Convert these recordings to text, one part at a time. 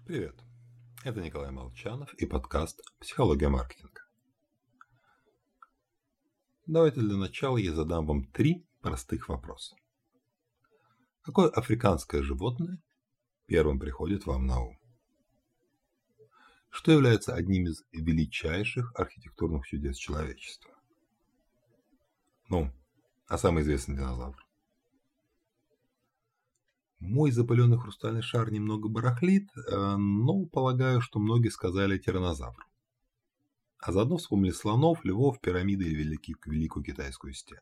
Привет, это Николай Молчанов и подкаст «Психология маркетинга». Давайте для начала я задам вам 3 простых вопроса. Какое африканское животное первым приходит вам на ум? Что является одним из величайших архитектурных чудес человечества? А самый известный динозавр? Мой запыленный хрустальный шар немного барахлит, но полагаю, что многие сказали тираннозавр. А заодно вспомнили слонов, львов, пирамиды и Великую Китайскую стену.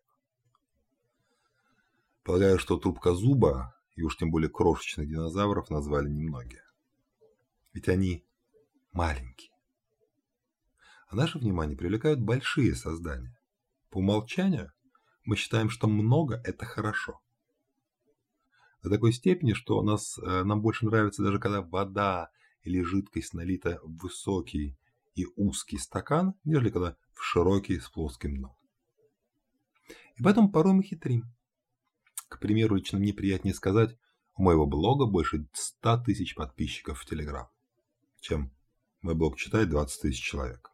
Полагаю, что трубкозуба, и уж тем более крошечных динозавров, назвали немногие. Ведь они маленькие. А наше внимание привлекают большие создания. По умолчанию мы считаем, что много – это хорошо. До такой степени, что нам больше нравится даже когда вода или жидкость налита в высокий и узкий стакан, нежели когда в широкий с плоским дном. И поэтому порой мы хитрим. К примеру, лично мне приятнее сказать, у моего блога больше 100 тысяч подписчиков в Telegram, чем мой блог читает 20 тысяч человек.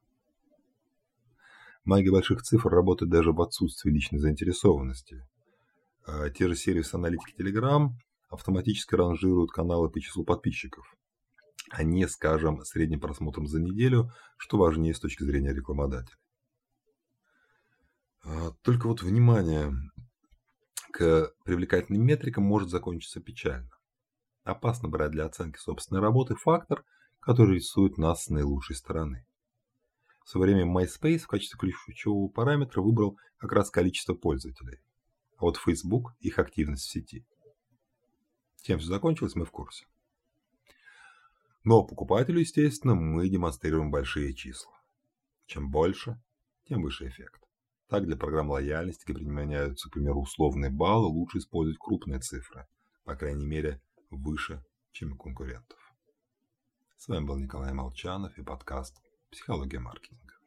Магия больших цифр работает даже в отсутствии личной заинтересованности. Те же сервисы аналитики Telegram автоматически ранжируют каналы по числу подписчиков, а не, скажем, средним просмотром за неделю, что важнее с точки зрения рекламодателя. Только вот внимание к привлекательным метрикам может закончиться печально. Опасно брать для оценки собственной работы фактор, который рисует нас с наилучшей стороны. В свое время MySpace в качестве ключевого параметра выбрал как раз количество пользователей, а вот Facebook – их активность в сети. Чем все закончилось, мы в курсе. Но покупателю, естественно, мы демонстрируем большие числа. Чем больше, тем выше эффект. Так, для программ лояльности, где применяются, к примеру, условные баллы, лучше использовать крупные цифры, по крайней мере, выше, чем у конкурентов. С вами был Николай Молчанов и подкаст «Психология маркетинга».